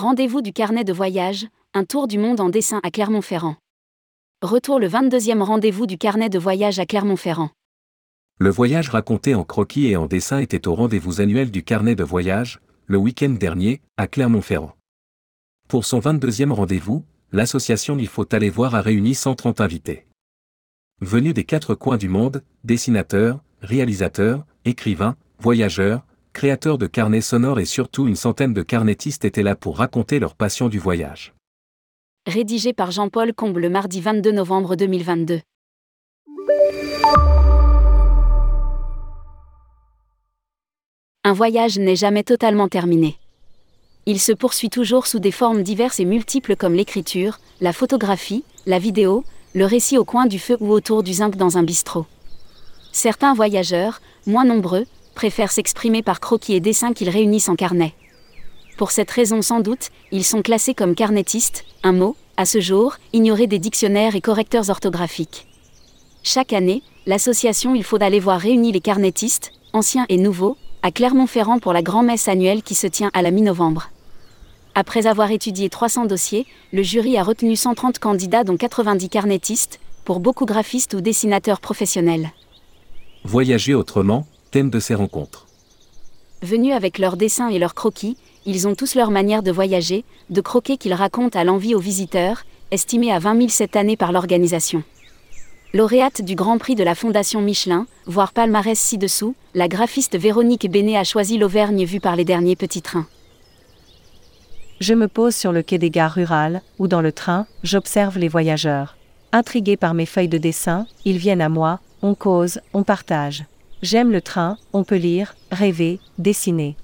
Rendez-vous du carnet de voyage, un tour du monde en dessin à Clermont-Ferrand. Retour le 22e rendez-vous du carnet de voyage à Clermont-Ferrand. Le voyage raconté en croquis et en dessin était au rendez-vous annuel du carnet de voyage, le week-end dernier, à Clermont-Ferrand. Pour son 22e rendez-vous, l'association Il faut aller voir a réuni 130 invités. Venus des 4 coins du monde, dessinateurs, réalisateurs, écrivains, voyageurs, créateurs de carnets sonores et surtout une centaine de carnettistes étaient là pour raconter leur passion du voyage. Rédigé par Jean-Paul Combe le mardi 22 novembre 2022. Un voyage n'est jamais totalement terminé. Il se poursuit toujours sous des formes diverses et multiples comme l'écriture, la photographie, la vidéo, le récit au coin du feu ou autour du zinc dans un bistrot. Certains voyageurs, moins nombreux, préfèrent s'exprimer par croquis et dessins qu'ils réunissent en carnet. Pour cette raison sans doute, ils sont classés comme carnettistes, un mot, à ce jour, ignoré des dictionnaires et correcteurs orthographiques. Chaque année, l'association Il faut aller voir réunit les carnettistes, anciens et nouveaux, à Clermont-Ferrand pour la grand-messe annuelle qui se tient à la mi-novembre. Après avoir étudié 300 dossiers, le jury a retenu 130 candidats dont 90 carnettistes, pour beaucoup graphistes ou dessinateurs professionnels. Voyager autrement, thème de ces rencontres. Venus avec leurs dessins et leurs croquis, ils ont tous leur manière de voyager, de croquer qu'ils racontent à l'envi aux visiteurs, estimés à 20 000 cette année par l'organisation. Lauréate du Grand Prix de la Fondation Michelin, voir palmarès ci-dessous, la graphiste Véronique Bénet a choisi l'Auvergne vue par les derniers petits trains. Je me pose sur le quai des gares rurales, ou dans le train, j'observe les voyageurs. Intrigués par mes feuilles de dessin, ils viennent à moi, on cause, on partage. J'aime le train, on peut lire, rêver, dessiner.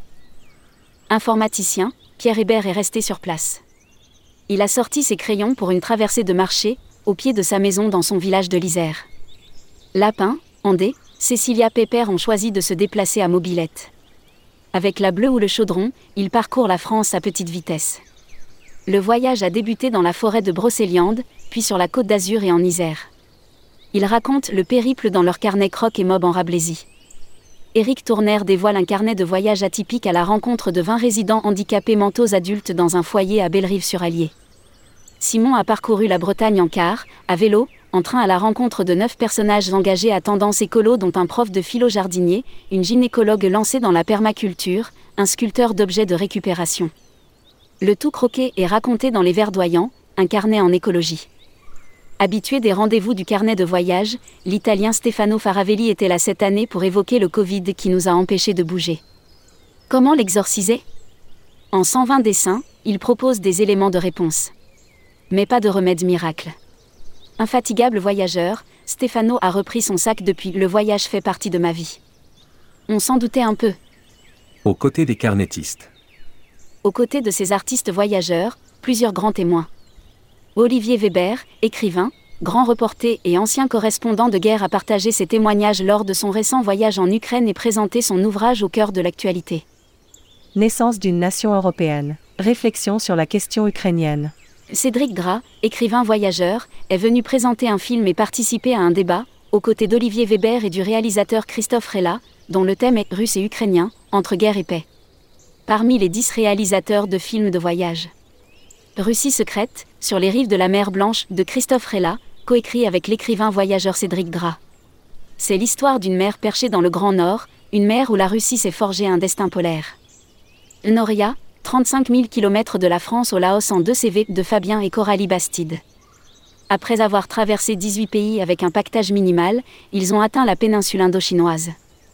Informaticien, Pierre Hébert est resté sur place. Il a sorti ses crayons pour une traversée de marché, au pied de sa maison dans son village de l'Isère. Lapin, Andé, Cécilia Pépère ont choisi de se déplacer à mobilette. Avec la bleue ou le chaudron, il parcourt la France à petite vitesse. Le voyage a débuté dans la forêt de Brocéliande, puis sur la Côte d'Azur et en Isère. Ils racontent le périple dans leur carnet croque et mob en Rablésie. Éric Tournaire dévoile un carnet de voyage atypique à la rencontre de 20 résidents handicapés mentaux adultes dans un foyer à Bellerive-sur-Allier. Simon a parcouru la Bretagne en car, à vélo, en train à la rencontre de 9 personnages engagés à tendance écolo dont un prof de philo jardinier, une gynécologue lancée dans la permaculture, un sculpteur d'objets de récupération. Le tout croqué et raconté dans les verdoyants, un carnet en écologie. Habitué des rendez-vous du carnet de voyage, l'Italien Stefano Faravelli était là cette année pour évoquer le Covid qui nous a empêchés de bouger. Comment l'exorciser ? En 120 dessins, il propose des éléments de réponse. Mais pas de remède miracle. Infatigable voyageur, Stefano a repris son sac depuis « Le voyage fait partie de ma vie ». On s'en doutait un peu. Aux côtés des carnettistes. Aux côtés de ces artistes voyageurs, plusieurs grands témoins. Olivier Weber, écrivain, grand reporter et ancien correspondant de guerre a partagé ses témoignages lors de son récent voyage en Ukraine et présenté son ouvrage au cœur de l'actualité. Naissance d'une nation européenne. Réflexion sur la question ukrainienne. Cédric Gras, écrivain voyageur, est venu présenter un film et participer à un débat, aux côtés d'Olivier Weber et du réalisateur Christophe Rella, dont le thème est « Russe et Ukrainien, entre guerre et paix ». Parmi les 10 réalisateurs de films de voyage. Russie secrète, sur les rives de la mer Blanche, de Christophe Rella, coécrit avec l'écrivain voyageur Cédric Gras. C'est l'histoire d'une mer perchée dans le Grand Nord, une mer où la Russie s'est forgé un destin polaire. Noria, 35 000 km de la France au Laos en 2 CV de Fabien et Coralie Bastide. Après avoir traversé 18 pays avec un pactage minimal, ils ont atteint la péninsule indo-chinoise.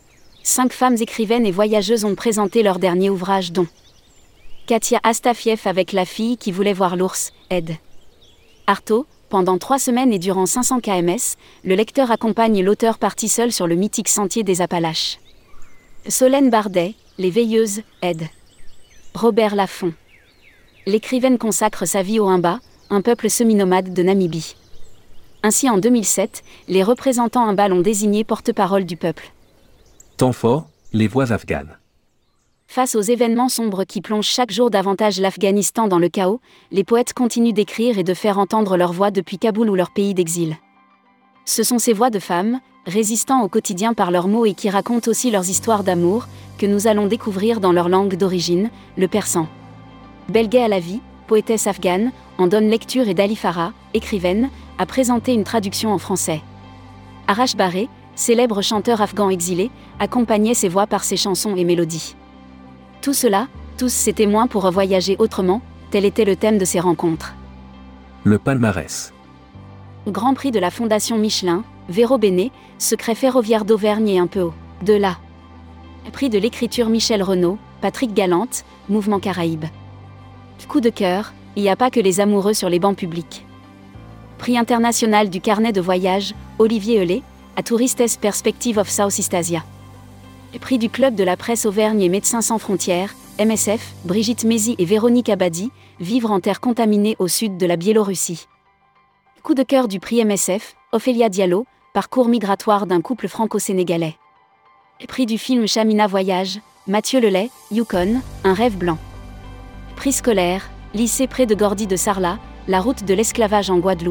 5 femmes écrivaines et voyageuses ont présenté leur dernier ouvrage dont Katia Astafiev avec La fille qui voulait voir l'ours, Ed. Artaud, pendant 3 semaines et durant 500 km, le lecteur accompagne l'auteur parti seul sur le mythique sentier des Appalaches. Solène Bardet, Les Veilleuses, Ed. Robert Laffont. L'écrivaine consacre sa vie aux Himba, un peuple semi-nomade de Namibie. Ainsi en 2007, les représentants Himba l'ont désigné porte-parole du peuple. Temps fort, les voix afghanes. Face aux événements sombres qui plongent chaque jour davantage l'Afghanistan dans le chaos, les poètes continuent d'écrire et de faire entendre leur voix depuis Kaboul ou leur pays d'exil. Ce sont ces voix de femmes, résistant au quotidien par leurs mots et qui racontent aussi leurs histoires d'amour, que nous allons découvrir dans leur langue d'origine, le persan. Belgae Alavi, poétesse afghane, en donne lecture et Dali Farah, écrivaine, a présenté une traduction en français. Arash Baré, célèbre chanteur afghan exilé, accompagnait ses voix par ses chansons et mélodies. Tout cela, tous ces témoins pour revoyager autrement, tel était le thème de ces rencontres. Le palmarès. Grand Prix de la Fondation Michelin, Véro Béné, secret ferroviaire d'Auvergne et un peu de là. Prix de l'écriture Michel Renaud, Patrick Galante, Mouvement Caraïbes. Coup de cœur, il n'y a pas que les amoureux sur les bancs publics. Prix international du carnet de voyage, Olivier Helé, à Touristes Perspective of Southeast Asia. Prix du Club de la presse Auvergne et Médecins sans frontières, MSF, Brigitte Mézy et Véronique Abadi, vivre en terre contaminée au sud de la Biélorussie. Coup de cœur du prix MSF, Ophélia Diallo, parcours migratoire d'un couple franco-sénégalais. Prix du film Chamina Voyage, Mathieu Lelay, Yukon, un rêve blanc. Prix scolaire, lycée près de Gordy de Sarlat, la route de l'esclavage en Guadeloupe.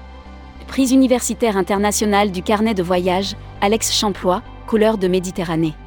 Prix universitaire international du carnet de voyage, Alex Champlois, couleurs de Méditerranée.